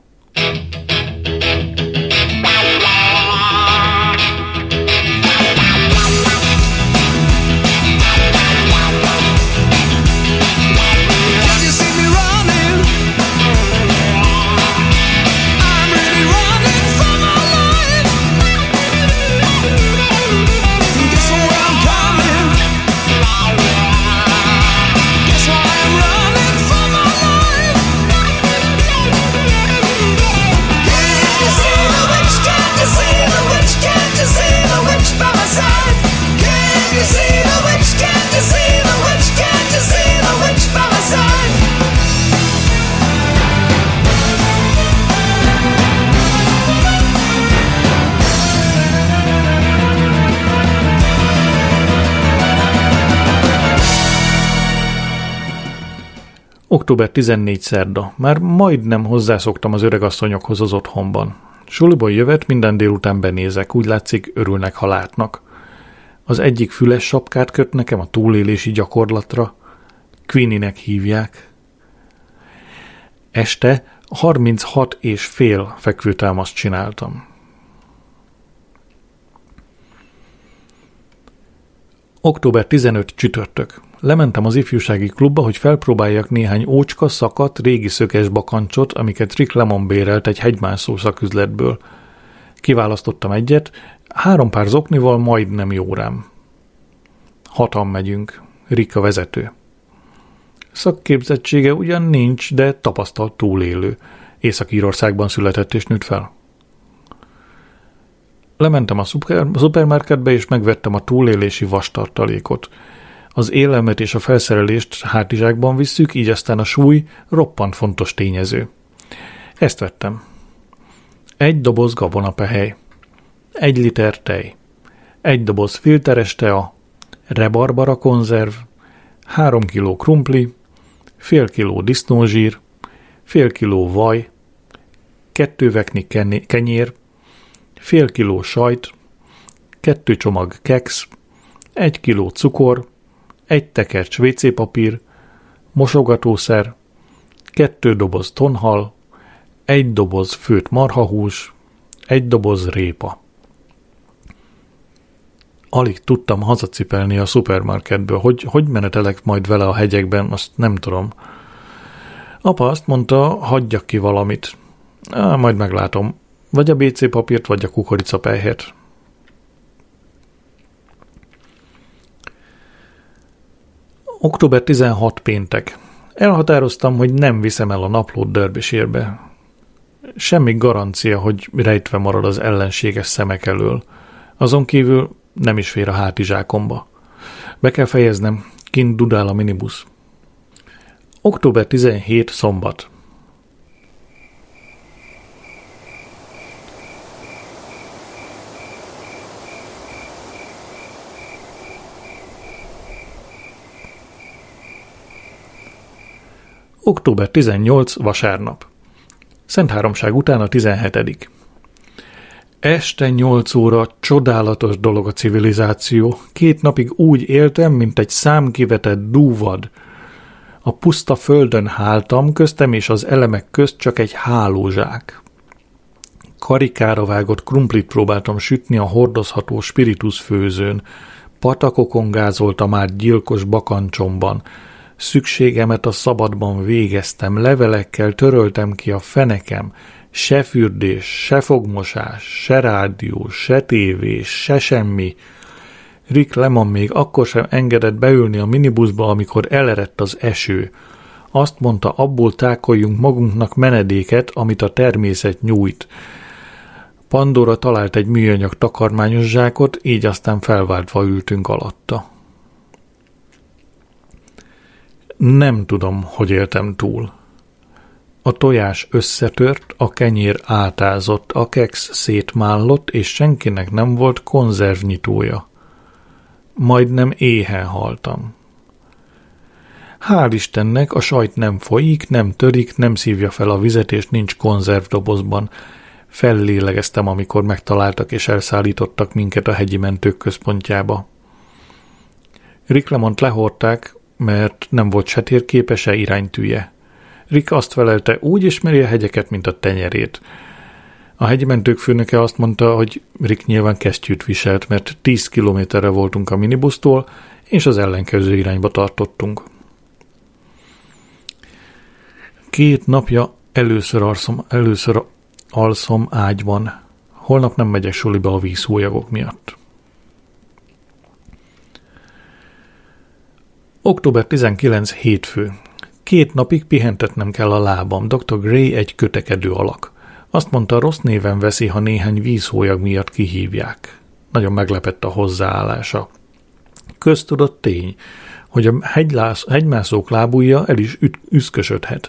[SPEAKER 3] Guess why I'm running for my life.
[SPEAKER 1] október tizennégy szerda. Már majdnem hozzászoktam az öregasszonyokhoz az otthonban. Suliból jövet, minden délután benézek, úgy látszik, örülnek, ha látnak. Az egyik füles sapkát köt nekem a túlélési gyakorlatra. Queenie-nek hívják. Este harminchat és fél fekvőtámaszt csináltam. október tizenötödike csütörtök. Lementem az ifjúsági klubba, hogy felpróbáljak néhány ócska, szakadt, régi szökes bakancsot, amiket Rick Lemon bérelt egy hegymászó szaküzletből. Kiválasztottam egyet, három pár zoknival majdnem jó rám. Hatan megyünk. Rick a vezető. Szakképzettsége ugyan nincs, de tapasztalt túlélő. Észak-Írországban született és nőtt fel. Lementem a szuper, szupermarketbe, és megvettem a túlélési vastartalékot. Az élelmet és a felszerelést hátizsákban visszük, így aztán a súly roppant fontos tényező. Ezt vettem. Egy doboz gabonapehely, egy liter tej, egy doboz filteres tea, rebarbara konzerv, három kiló krumpli, fél kiló disznózsír, fél kiló vaj, kettő vekni kenyér, fél kiló sajt, kettő csomag keksz, egy kiló cukor, egy tekercs vécépapír, mosogatószer, kettő doboz tonhal, egy doboz főtt marhahús, egy doboz répa. Alig tudtam hazacipelni a szupermarketből, hogy hogy menetelek majd vele a hegyekben, azt nem tudom. Apa azt mondta, hagyjak ki valamit. Á, majd meglátom. Vagy a bé cé papírt, vagy a kukoricapelyhet. október tizenhatodika péntek. Elhatároztam, hogy nem viszem el a naplót Derbyshire-be. Semmi garancia, hogy rejtve marad az ellenséges szemek elől. Azon kívül nem is fér a hátizsákomba. Be kell fejeznem, kint dudál a minibusz. október tizenhetedike szombat. október tizennyolcadika vasárnap. Szentháromság után a tizenhetedik. Este nyolc óra, csodálatos dolog a civilizáció. Két napig úgy éltem, mint egy számkivetett dúvad. A puszta földön háltam, köztem és az elemek közt csak egy hálózsák. Karikára vágott krumplit próbáltam sütni a hordozható spiritus főzőn. Patakokon gázoltam át gyilkos bakancsomban. Szükségemet a szabadban végeztem, levelekkel töröltem ki a fenekem, se fürdés, se fogmosás, se rádió, se tévés, se semmi. Rick Lemon még akkor sem engedett beülni a minibuszba, amikor elerett az eső. Azt mondta, abból tákoljunk magunknak menedéket, amit a természet nyújt. Pandora talált egy műanyag takarmányos zsákot, így aztán felváltva ültünk alatta. Nem tudom, hogy éltem túl. A tojás összetört, a kenyér átázott, a keksz szétmállott, és senkinek nem volt konzervnyitója. Majdnem éhen haltam. Hál' Istennek a sajt nem folyik, nem törik, nem szívja fel a vizet, és nincs konzervdobozban. Fellélegeztem, amikor megtaláltak és elszállítottak minket a hegyi mentők központjába. Rick Lemont lehordták, mert nem volt se térképe, se iránytűje. Rick azt felelte, úgy ismeri a hegyeket, mint a tenyerét. A hegyi mentők főnöke azt mondta, hogy Rick nyilván kesztyűt viselt, mert tíz kilométerre voltunk a minibusztól, és az ellenkező irányba tartottunk. Két napja először alszom, először alszom ágyban. Holnap nem megyek suliba a vízhólyagok miatt. október tizenkilencedike hétfő. Két napig pihentetnem kell a lábam. doktor Gray egy kötekedő alak. Azt mondta, rossz néven veszi, ha néhány vízhólyag miatt kihívják. Nagyon meglepett a hozzáállása. Köztudott tény, hogy a hegylász, hegymászók lábujja el is üt, üszkösödhet.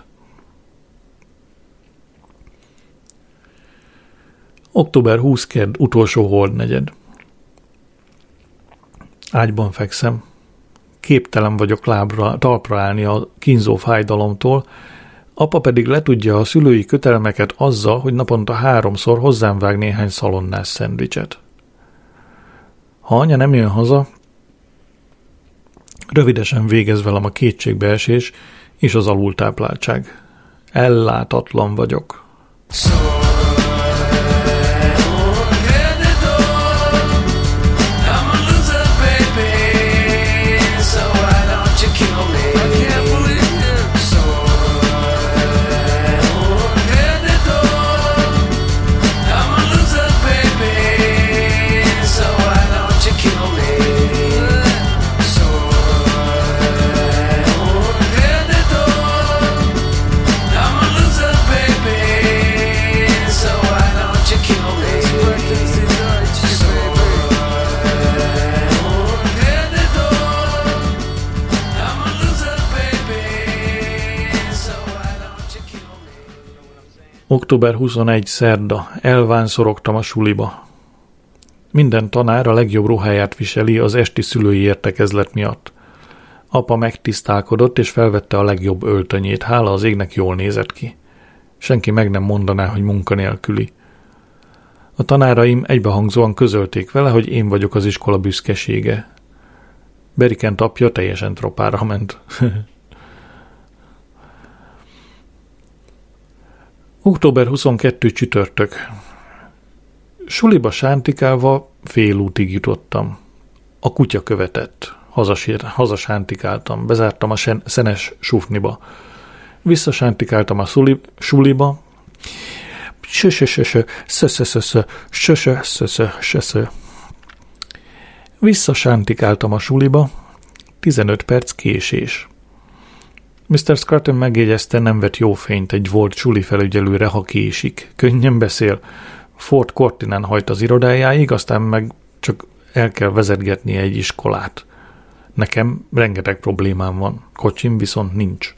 [SPEAKER 1] október huszadika utolsó holdnegyed. Ágyban fekszem. képtelen vagyok lábra, talpra állni a kínzó fájdalomtól, apa pedig letudja a szülői kötelmeket azzal, hogy naponta háromszor hozzám vág néhány szalonnás szendvicset. Ha anya nem jön haza, rövidesen végez velem a kétségbeesés és az alultápláltság. Ellátatlan vagyok. október huszonegyedike szerda. Elvánszorogtam a suliba. Minden tanár a legjobb ruháját viseli az esti szülői értekezlet miatt. Apa megtisztálkodott és felvette a legjobb öltönyét, hála az égnek jól nézett ki. Senki meg nem mondaná, hogy munkanélküli. A tanáraim egybehangzóan közölték vele, hogy én vagyok az iskola büszkesége. Berikent apja teljesen tropára ment. október huszonkettedike csütörtök. Suliba sántikálva félútig jutottam. A kutya követett. Hazasír, hazasántikáltam. Bezártam a sen, szenes sufniba. Visszasántikáltam a szuli, suliba. Sösösösö, szöszöszöszö, sösöszöszö, söszö. Visszasántikáltam a suliba. tizenöt perc késés. miszter Scruton megjegyezte, nem vett jó fényt egy volt suli felügyelőre, ha késik. Könnyen beszél. Fort Cortinen hajt az irodájáig, aztán meg csak el kell vezetgetnie egy iskolát. Nekem rengeteg problémám van, kocsim viszont nincs.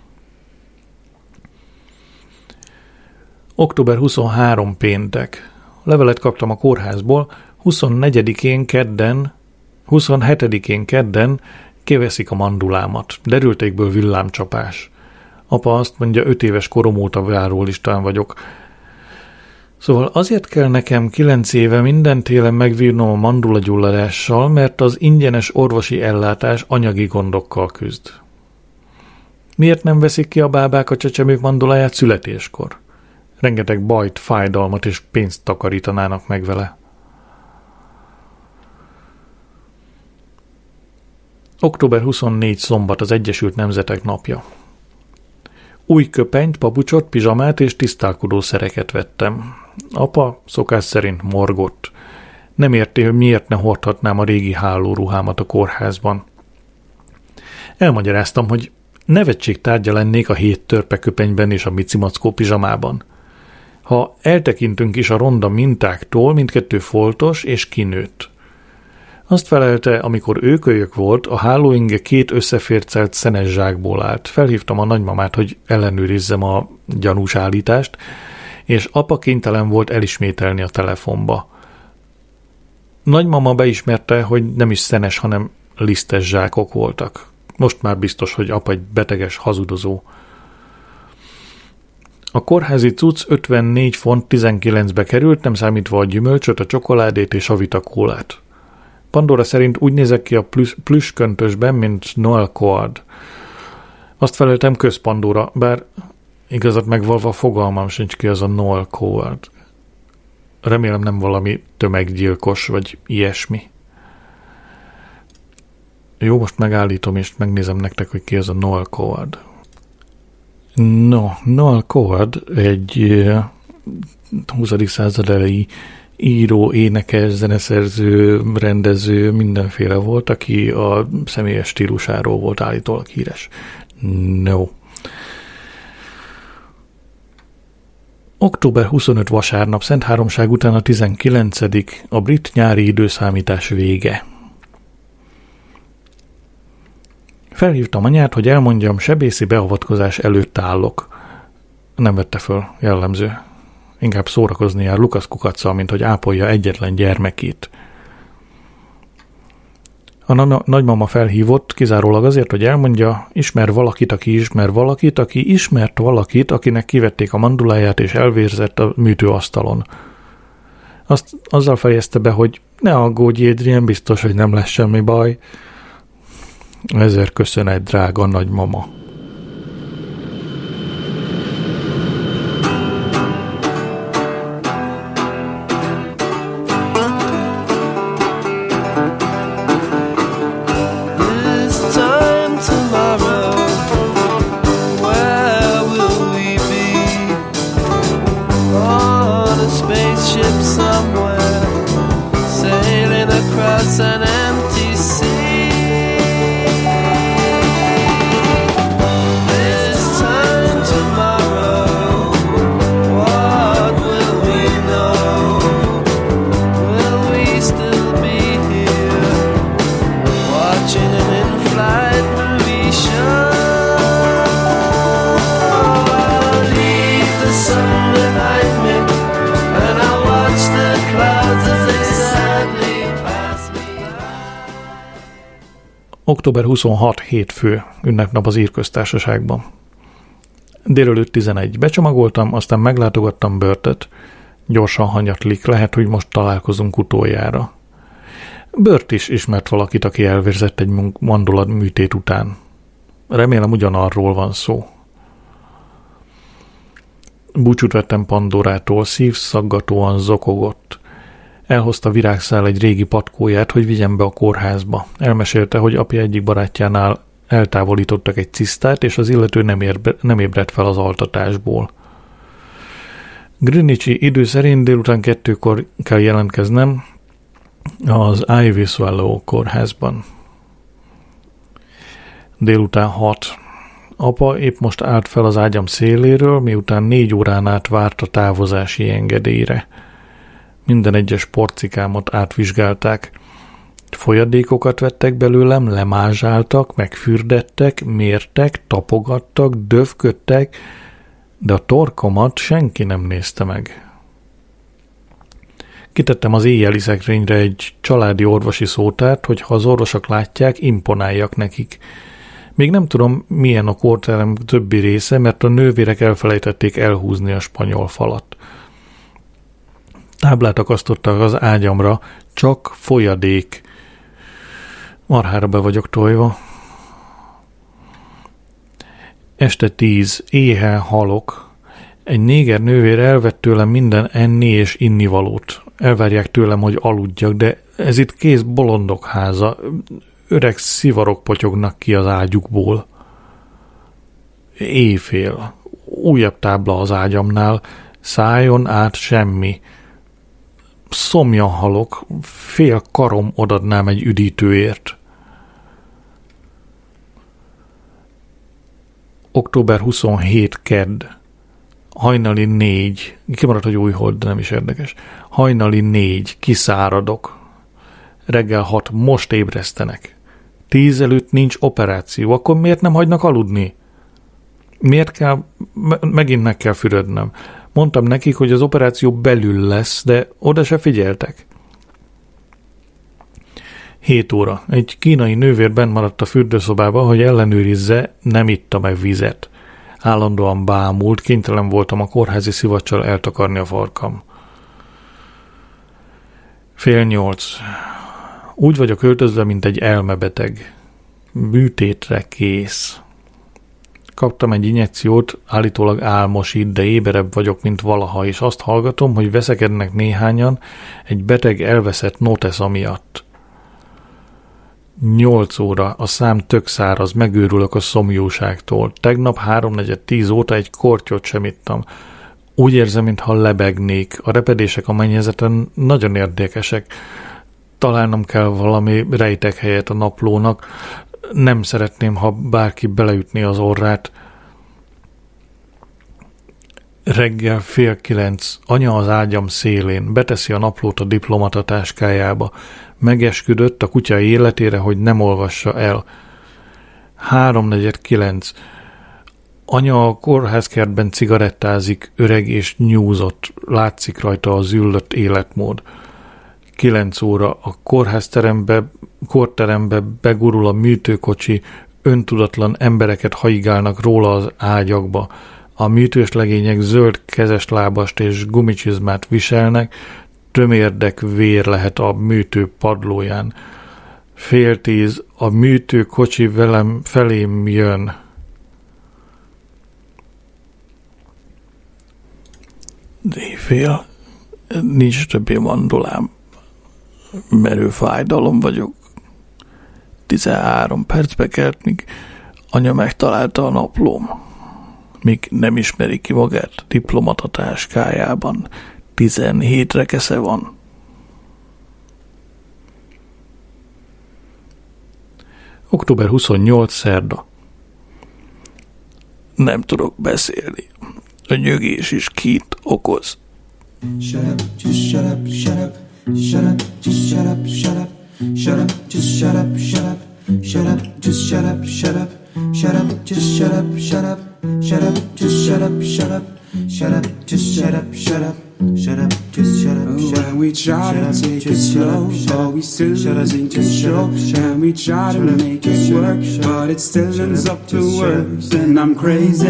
[SPEAKER 1] október huszonharmadika péntek. Levelet kaptam a kórházból, huszonnegyedikén kedden, huszonhetedikén kedden kiveszik a mandulámat. Derültékből villámcsapás. Apa azt mondja, öt éves korom óta várólistán vagyok. Szóval azért kell nekem kilenc éve minden télen megvírnom a mandulagyulladással, mert az ingyenes orvosi ellátás anyagi gondokkal küzd. Miért nem veszik ki a bábák a csecsemők manduláját születéskor? Rengeteg bajt, fájdalmat és pénzt takarítanának meg vele. október huszonnegyedike szombat, az Egyesült Nemzetek napja. Új köpenyt, papucsot, pizsamát és tisztálkodó szereket vettem. Apa szokás szerint morgott. Nem érti, hogy miért ne hordhatnám a régi hálóruhámat a kórházban. Elmagyaráztam, hogy nevetség tárgya lennék a hét törpe köpenyben és a micimackó pizsamában. Ha eltekintünk is a ronda mintáktól, mindkettő foltos és kinőtt. Azt felelte, amikor ő kölyök volt, a hálóinge két összefércelt szenes zsákból állt. Felhívtam a nagymamát, hogy ellenőrizzem a gyanús állítást, és apa kénytelen volt elismételni a telefonba. Nagymama beismerte, hogy nem is szenes, hanem lisztes zsákok voltak. Most már biztos, hogy apa egy beteges hazudozó. A kórházi cucc ötvennégy font tizenkilencbe került, nem számítva a gyümölcsöt, a csokoládét és a vitakólát. Pandora szerint úgy nézek ki a plüss köntösben, mint Noel Coward. Azt feleltem közpandora, bár igazat megvalva fogalmam sincs ki az a Noel Coward. Remélem nem valami tömeggyilkos, vagy ilyesmi. Jó, most megállítom, és megnézem nektek, hogy ki az a Noel Coward. No, Noel Coward egy huszadik század elejé író, énekes, zeneszerző, rendező, mindenféle volt, aki a személyes stílusáról volt állítólag híres. No. október huszonötödike vasárnap, Szentháromság után a tizenkilencedike a brit nyári időszámítás vége. Felhívtam anyát, hogy elmondjam, sebészi beavatkozás előtt állok. Nem vette föl, jellemző. Inkább szórakozni jár Lukasz kukacccal, mint hogy ápolja egyetlen gyermekét. A na- nagymama felhívott kizárólag azért, hogy elmondja, ismer valakit, aki ismer valakit, aki ismert valakit, akinek kivették a manduláját és elvérzett a műtőasztalon. Azt azzal fejezte be, hogy ne aggódj, Adrian, biztos, hogy nem lesz semmi baj. Ezért köszönet, drága nagymama.
[SPEAKER 2] An empty sea. This time tomorrow, what will we know? Will we still be here, watching an in-flight movie show? I'll leave the sun behind me, and I'll watch the clouds as they sadly.
[SPEAKER 1] október huszonhatodika hétfő, ünnepnap az Ír Köztársaságban. Délelőtt tizenegy. Becsomagoltam, aztán meglátogattam Börtöt. Gyorsan hanyatlik, lehet, hogy most találkozunk utoljára. Bört is ismert valakit, aki elvérzett egy mandulat műtét után. Remélem ugyanarról van szó. Búcsút vettem Pandorától, szívszaggatóan zokogott. Elhozta virágszál egy régi patkóját, hogy vigyem be a kórházba. Elmesélte, hogy apja egyik barátjánál eltávolítottak egy cisztát, és az illető nem, ér, nem ébredt fel az altatásból. Greenwichi idő szerint délután kettőkor kell jelentkeznem az Ivy Swallow kórházban. Délután hat. Apa épp most állt fel az ágyam széléről, miután négy órán át várt a távozási engedélyre. Minden egyes porcikámot átvizsgálták. Folyadékokat vettek belőlem, lemázsáltak, megfürdettek, mértek, tapogattak, döfködtek, de a torkomat senki nem nézte meg. Kitettem az éjjeli szekrényre egy családi orvosi szótárt, hogy ha az orvosok látják, imponáljak nekik. Még nem tudom, milyen a kórterem többi része, mert a nővérek elfelejtették elhúzni a spanyol falat. Táblát akasztottak az ágyamra, csak folyadék. Marhára be vagyok tojva. Este tíz, éhen halok. Egy néger nővér elvett tőlem minden enni és innivalót. Elvárják tőlem, hogy aludjak, de ez itt kész bolondok háza. Öreg szivarok potyognak ki az ágyukból. Éjfél. Újabb tábla az ágyamnál. Szálljon át semmi. Szomjan halok, fél karom odadnám egy üdítőért. október huszonhetedike kedd. Hajnali négy. Kimaradt, hogy újhold, de nem is érdekes. Hajnali négy. Kiszáradok. Reggel hat. Most ébresztenek. Tíz előtt nincs operáció. Akkor miért nem hagynak aludni? Miért kell... Megint meg kell fürödnöm. Mondtam nekik, hogy az operáció belül lesz, de oda se figyeltek. Hét óra. Egy kínai nővér benn maradt a fürdőszobába, hogy ellenőrizze, nem itta meg vizet. Állandóan bámult, kénytelen voltam a kórházi szivacsal eltakarni a farkam. Fél nyolc. Úgy vagyok öltözve, mint egy elmebeteg. Műtétre kész. Kaptam egy injekciót, állítólag álmosít, de éberebb vagyok, mint valaha, és azt hallgatom, hogy veszekednek néhányan egy beteg elveszett notesza miatt. Nyolc óra, a szám tök száraz, megőrülök a szomjúságtól. Tegnap háromnegyed tíz óta egy kortyot sem ittam. Úgy érzem, mintha lebegnék. A repedések a mennyezeten nagyon érdekesek. Találnom kell valami rejtek helyet a naplónak. Nem szeretném, ha bárki beleütné az orrát. Reggel fél kilenc. Anya az ágyam szélén. Beteszi a naplót a diplomata táskájába. Megesküdött a kutya életére, hogy nem olvassa el. Háromnegyed kilenc. Anya a kórházkertben cigarettázik, öreg és nyúzott. Látszik rajta a züllött életmód. Kilenc óra. A kórházterembe korterembe begurul a műtőkocsi, öntudatlan embereket haigálnak róla az ágyakba. A műtős legények zöld kezeslábast és gumicsizmát viselnek, tömérdek vér lehet a műtő padlóján. Fél tíz, a műtőkocsi velem felém jön. Éjfél, nincs többé mandolám. Merő fájdalom vagyok. Tizenhárom percbe kelt, míg anya megtalálta a naplóm. Míg nem ismeri ki magát diplomata táskájában. Tizenhét rekesze van. október huszonnyolcadika szerda. Nem tudok beszélni. A nyögés is kint okoz.
[SPEAKER 4] Shut up, just shut up, shut up. Shut up, just shut up, shut up. Shut up, just shut up, shut up. Shut up, just shut up, shut up. Shut up, just shut up, shut up. Shut up, just shut up, shut up. Shut up, just shut up, shut up. Shut up, just shut up, shut up.
[SPEAKER 5] When we try to take it slow, but we still losing control. And we try to make it work, but it still ends up to worse. And I'm crazy,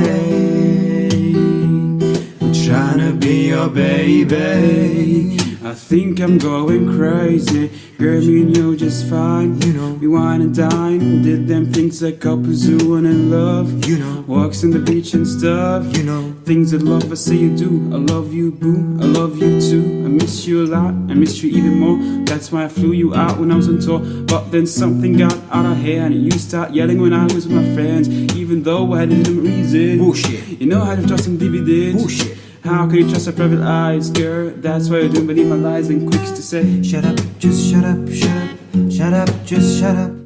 [SPEAKER 5] I'm trying to be your baby. I think I'm going crazy. Girl, me and you just fine. You know, we wine and dine, did them things like couples who and in love. You know, walks on the beach and stuff. You know, things that lovers say you do. I love you, boo. I love you too. I miss you a lot. I miss you even more. That's why I flew you out when I was on tour. But then something got out of hand, and you start yelling when I was with my friends, even though I had a different reason. Bullshit. You know how to trust some D V Ds. Bullshit. How could you trust your private eyes, girl? That's why you don't believe my lies and quicks to say,
[SPEAKER 4] shut up, just shut up, shut up. Shut up, just shut up.